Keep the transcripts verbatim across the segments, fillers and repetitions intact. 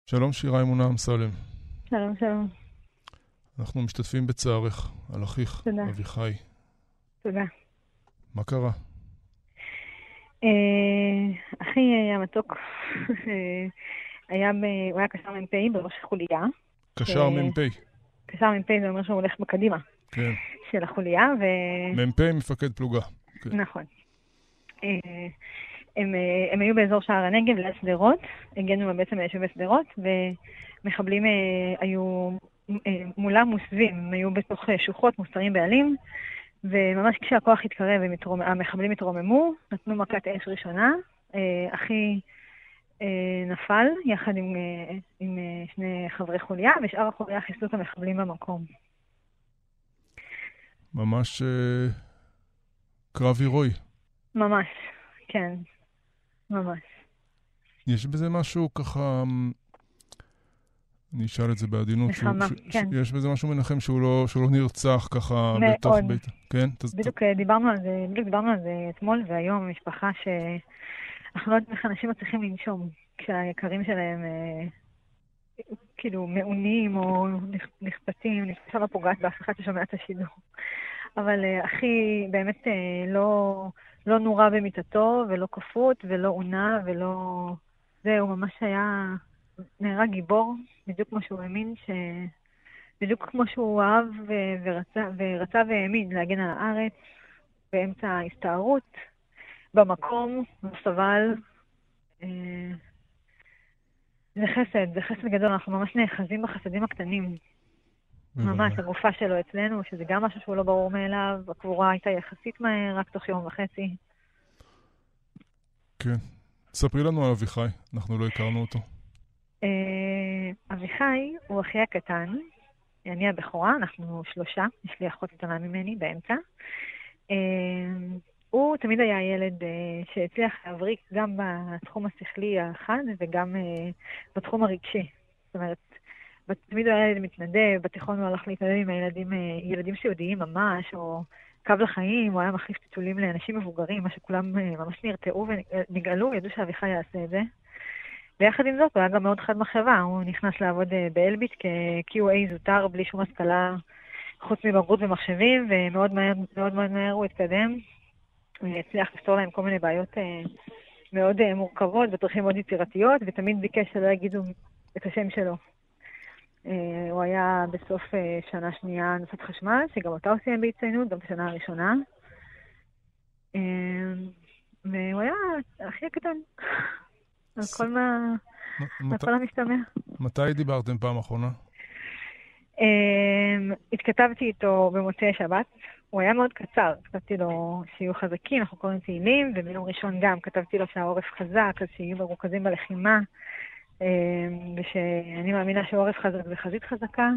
שלום שירה אמונה אמסלם. שלום, שלום. אנחנו משתתפים בצערך על אחיך, תודה. אביחי. תודה. מה קרה? אה, אחי המתוק אה, היה, ב... הוא היה קשר מ"פ בראש חוליה. קשר ש- מ"פ. קשר מ"פ זה אומר שהוא הולך בקדימה כן. של החוליה, ו... מ"פ מפקד פלוגה. כן. נכון. אה, הם, אה, הם היו באזור שער הנגב, ליד שדרות, הגענו בעצם ליישובי שדרות, ומחבלים אה, היו אה, מולם מוסווים, הם היו בתוך אה, שוחות מוסתרים בעלים, וממש כשהכוח התקרב, ומתרומ... המחבלים התרוממו, נתנו מכת אש ראשונה, אה, אחי אה, נפל יחד עם, אה, עם אה, שני חברי חוליה, ושאר החוליה חיסלו את המחבלים במקום. ממש אה, קרב הירואי. ממש, כן, ממש. יש בזה משהו ככה, אני אשאל את זה בעדינות, שהוא, נחמה, ש, כן. ש, יש בזה משהו מנחם שהוא לא, שהוא לא נרצח ככה מאוד. בתוך בית. כן? תז, בדיוק אה, דיברנו על זה, בדיוק דיברנו על זה אתמול והיום, משפחה שאנחנו לא יודעים איך אנשים מצליחים לנשום, כשהיקרים שלהם אה, כאילו מעונים או נחפצים, נפסה לא פוגעת באף אחד ששומע את השידור. אבל uh, אחי באמת uh, לא, לא נורא במיטתו, ולא כפות, ולא עונה, ולא... זהו, ממש היה נהרג גיבור, בדיוק כמו שהוא האמין, ש... בדיוק כמו שהוא אהב ו- ורצה, ורצה והאמין להגן על הארץ, באמצע ההסתערות, במקום, בסבל. Uh, זה חסד, זה חסד גדול, אנחנו ממש נאחזים בחסדים הקטנים. ממש, הגופה שלו אצלנו, שזה גם משהו שהוא לא ברור מאליו, הקבורה הייתה יחסית מהר, רק תוך יום וחצי. כן. ספרי לנו על אביחי, אנחנו לא הכרנו אותו. אביחי הוא אחי הקטן, אני הבכורה, אנחנו שלושה, יש לי אחות קטנה ממני באמצע. הוא תמיד היה ילד שהצליח להבריק גם בתחום השכלי החד וגם בתחום הרגשי. זאת אומרת, תמיד הוא היה ילד מתנדב, בתיכון הוא הלך להתנדב עם הילדים, ילדים סיעודיים ממש, או קו לחיים, הוא היה מחליף טיטולים לאנשים מבוגרים, מה שכולם ממש נרתעו ונגאלו, ידעו שאביחי יעשה את זה. ויחד עם זאת, הוא היה גם מאוד חד מחשבה, הוא נכנס לעבוד באלביט כ-קיו איי זוטר, בלי שום השכלה, חוץ מבגרות ומחשבים, ומאוד מהר, מאוד מאוד מהר הוא התקדם. הוא הצליח לפתור להם כל מיני בעיות מאוד מורכבות, ודרכים מאוד יצירתיות, ותמיד ביקש שלא יגידו את השם שלו. הוא היה בסוף שנה שנייה נוסעת חשמל, שגם אותה עושים בהצטיינות, גם בשנה הראשונה. והוא היה הכי הקטן, על כל מה... על כל המשתמע. מתי דיברתם פעם אחרונה? התכתבתי איתו במוצאי שבת. הוא היה מאוד קצר, כתבתי לו שיהיו חזקים, אנחנו קוראים תהילים, וביום ראשון גם כתבתי לו שהעורף חזק, אז שיהיו מרוכזים בלחימה. ושאני מאמינה שעורף חזק וחזית חזקה.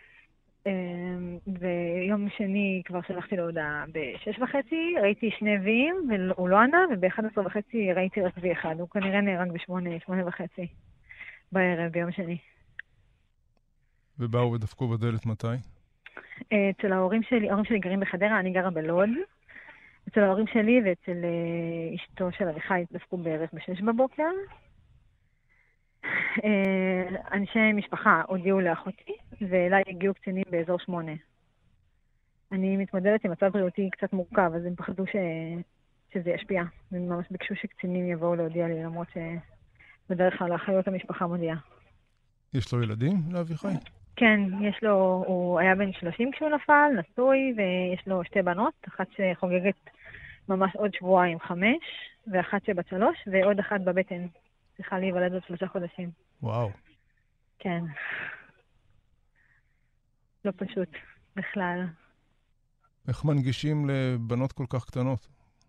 ויום שני כבר שלחתי לו הודעה בשש וחצי, ראיתי שני ויים והוא לא ענה, ובאחד עשרה וחצי ראיתי רק וי אחד. הוא כנראה נהרג בשמונה, שמונה וחצי בערב ביום שני. ובאו ודפקו בדלת מתי? אצל ההורים שלי, ההורים שלי גרים בחדרה, אני גרה בלוד. אצל ההורים שלי ואצל אשתו של אביחי דפקו בערך בשש בבוקר. אנשי משפחה הודיעו לאחותי, ואליי הגיעו קצינים באזור שמונה. אני מתמודדת עם מצב בריאותי קצת מורכב, אז הם פחדו ש... שזה ישפיע. הם ממש ביקשו שקצינים יבואו להודיע לי, למרות שבדרך כלל האחיות המשפחה מודיעה. יש לו ילדים לאביחי? כן, יש לו, הוא היה בן שלושים כשהוא נפל, נשוי, ויש לו שתי בנות, אחת שחוגגת ממש עוד שבועיים חמש, ואחת שבת שלוש, ועוד אחת בבטן. צריכה להיוולד עוד שלושה חודשים. וואו. כן. לא פשוט, בכלל. איך מנגישים לבנות כל כך קטנות?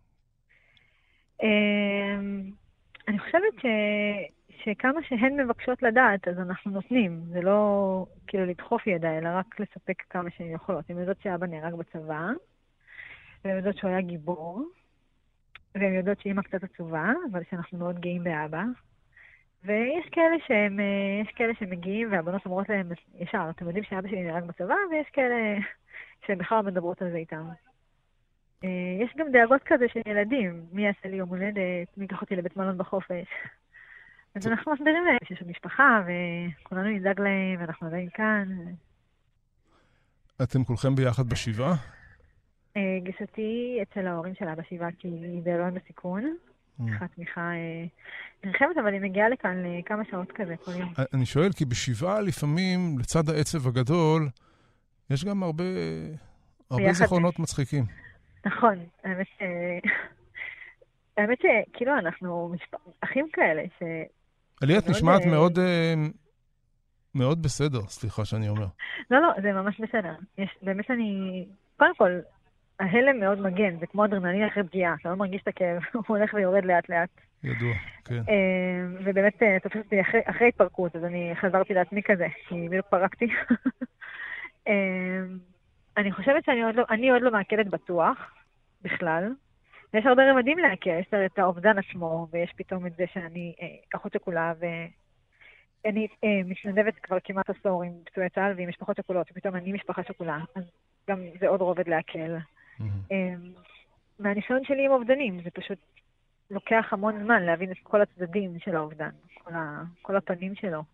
אני חושבת ש... שכמה שהן מבקשות לדעת, אז אנחנו נותנים. זה לא כאילו לדחוף ידע, אלא רק לספק כמה שהן יכולות. הן יודעות שאבא נהרג בצבא, והן יודעות שהוא היה גיבור, והן יודעות שאמא קצת עצובה, אבל שאנחנו מאוד גאים באבא. ויש כאלה שהם, יש כאלה שמגיעים והבנות אומרות להם ישר, אתם יודעים שאבא שלי נהרג בצבא, ויש כאלה שהן בכלל מדברות על זה איתם. יש גם דאגות כזה של ילדים, מי יעשה לי יום הולדת, מי ייקח אותי לבית מלון בחופש. אז אנחנו מסבירים להם שיש משפחה, וכולנו נדאג להם, ואנחנו עדיין כאן. אתם כולכם ביחד בשבעה? גיסתי אצל ההורים שלה בשבעה, כי היא בהיריון בסיכון. צריכה תמיכה נרחבת, אבל היא מגיעה לכאן לכמה שעות כזה כל יום. אני שואל, כי בשבעה לפעמים, לצד העצב הגדול, יש גם הרבה, הרבה זיכרונות מצחיקים. נכון, האמת ש... האמת שכאילו אנחנו אחים כאלה, ש... עלי, את נשמעת מאוד, מאוד בסדר, סליחה שאני אומר. לא, לא, זה ממש בסדר. יש, באמת אני, קודם כל, ההלם מאוד מגן, זה כמו אדרנלין אחרי פגיעה, אתה לא מרגיש את הכאב, הוא הולך ויורד לאט לאט. ידוע, כן. ובאמת תופס אותי אחרי, אחרי התפרקות, אז אני חזרתי לעצמי כזה, כי בדיוק פרקתי. אני חושבת שאני עוד לא, אני עוד לא מעכלת בטוח, בכלל. ויש הרבה רבדים להכיר, יש את האובדן עצמו, ויש פתאום את זה שאני אחות שכולה, ואני מתנדבת כבר כמעט עשור עם פצועי צה"ל ועם משפחות שכולות, ופתאום אני משפחה שכולה, אז גם זה עוד רובד להקל. מהניסיון שלי עם אובדנים, זה פשוט לוקח המון זמן להבין את כל הצדדים של האובדן, כל הפנים שלו.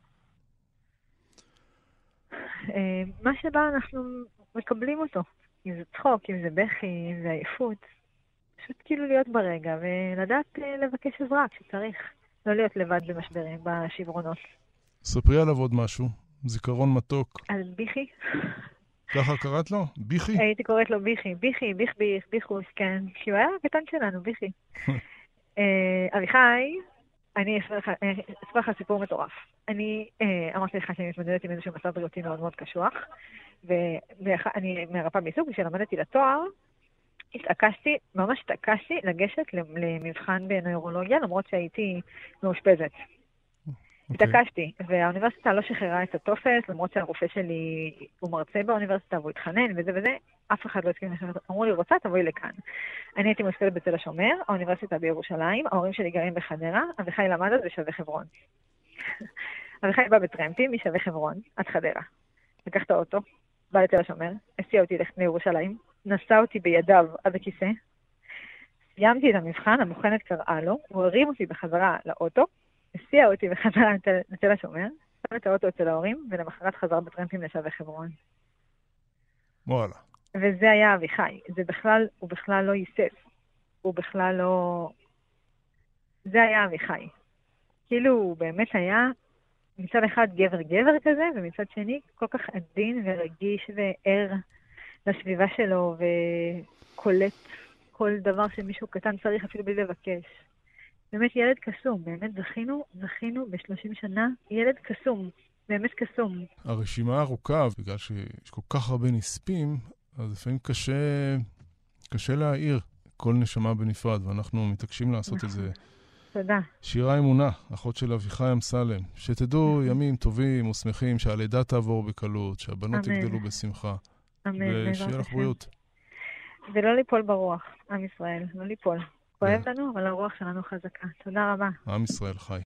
מה שבא אנחנו מקבלים אותו, אם זה צחוק, אם זה בכי, אם זה עייפות. פשוט כאילו להיות ברגע, ולדעת לבקש עזרה כשצריך. לא להיות לבד במשברים, בשברונות. ספרי עליו עוד משהו, זיכרון מתוק. על ביחי? ככה קראת לו? ביחי? הייתי קוראת לו ביחי, ביחי, ביח ביח, ביחוס, כן. כי הוא היה הקטן שלנו, ביחי. אביחי, אני אספר לך סיפור מטורף. אני אמרתי לך שאני מתמודדת עם איזשהו מצב בריאותי מאוד מאוד קשוח, ואני מרפאה בעיסוק, כשלמדתי לתואר, התעקשתי, ממש התעקשתי לגשת למבחן בנוירולוגיה, למרות שהייתי מאושפזת. התעקשתי, והאוניברסיטה לא שחררה את הטופס, למרות שהרופא שלי הוא מרצה באוניברסיטה, והוא התחנן וזה וזה, אף אחד לא הסכים לשנות, אמרו לי, רוצה, תבואי לכאן. אני הייתי מאושפזת בתל השומר, האוניברסיטה בירושלים, ההורים שלי גרים בחדרה, אביחי למד אז בשבי חברון. אביחי בא בטרמפים משבי חברון, עד חדרה. לקח את האוטו, בא לתל השומר, הסיע אותי לירושלים, נסע אותי בידיו עד הכיסא, סיימתי את המבחן, המוכנת קראה לו, הוא הרים אותי בחזרה לאוטו, הסיע אותי בחזרה לתל השומר, שם את האוטו אצל ההורים, ולמחרת חזר בטרמפים לשבי חברון. וואלה. וזה היה אביחי. זה בכלל, הוא בכלל לא ייסף. הוא בכלל לא... זה היה אביחי. כאילו הוא באמת היה מצד אחד גבר גבר כזה, ומצד שני כל כך עדין ורגיש וער לסביבה שלו, וקולט כל דבר שמישהו קטן צריך אפילו בלי לבקש. באמת ילד קסום, באמת זכינו, זכינו ב-שלושים שנה, ילד קסום, באמת קסום. הרשימה ארוכה, בגלל שיש כל כך הרבה נספים, אז לפעמים קשה, קשה להעיר כל נשמה בנפרד, ואנחנו מתעקשים לעשות את זה. תודה. שירה אמונה, אחות של אביחי אמסלם, שתדעו ימים טובים ושמחים, שהלידה תעבור בקלות, שהבנות יגדלו בשמחה. אמן. ושיהיה לך בריאות. ולא ליפול ברוח, עם ישראל, לא ליפול. כואב לנו, אבל הרוח שלנו חזקה. תודה רבה. עם ישראל חי.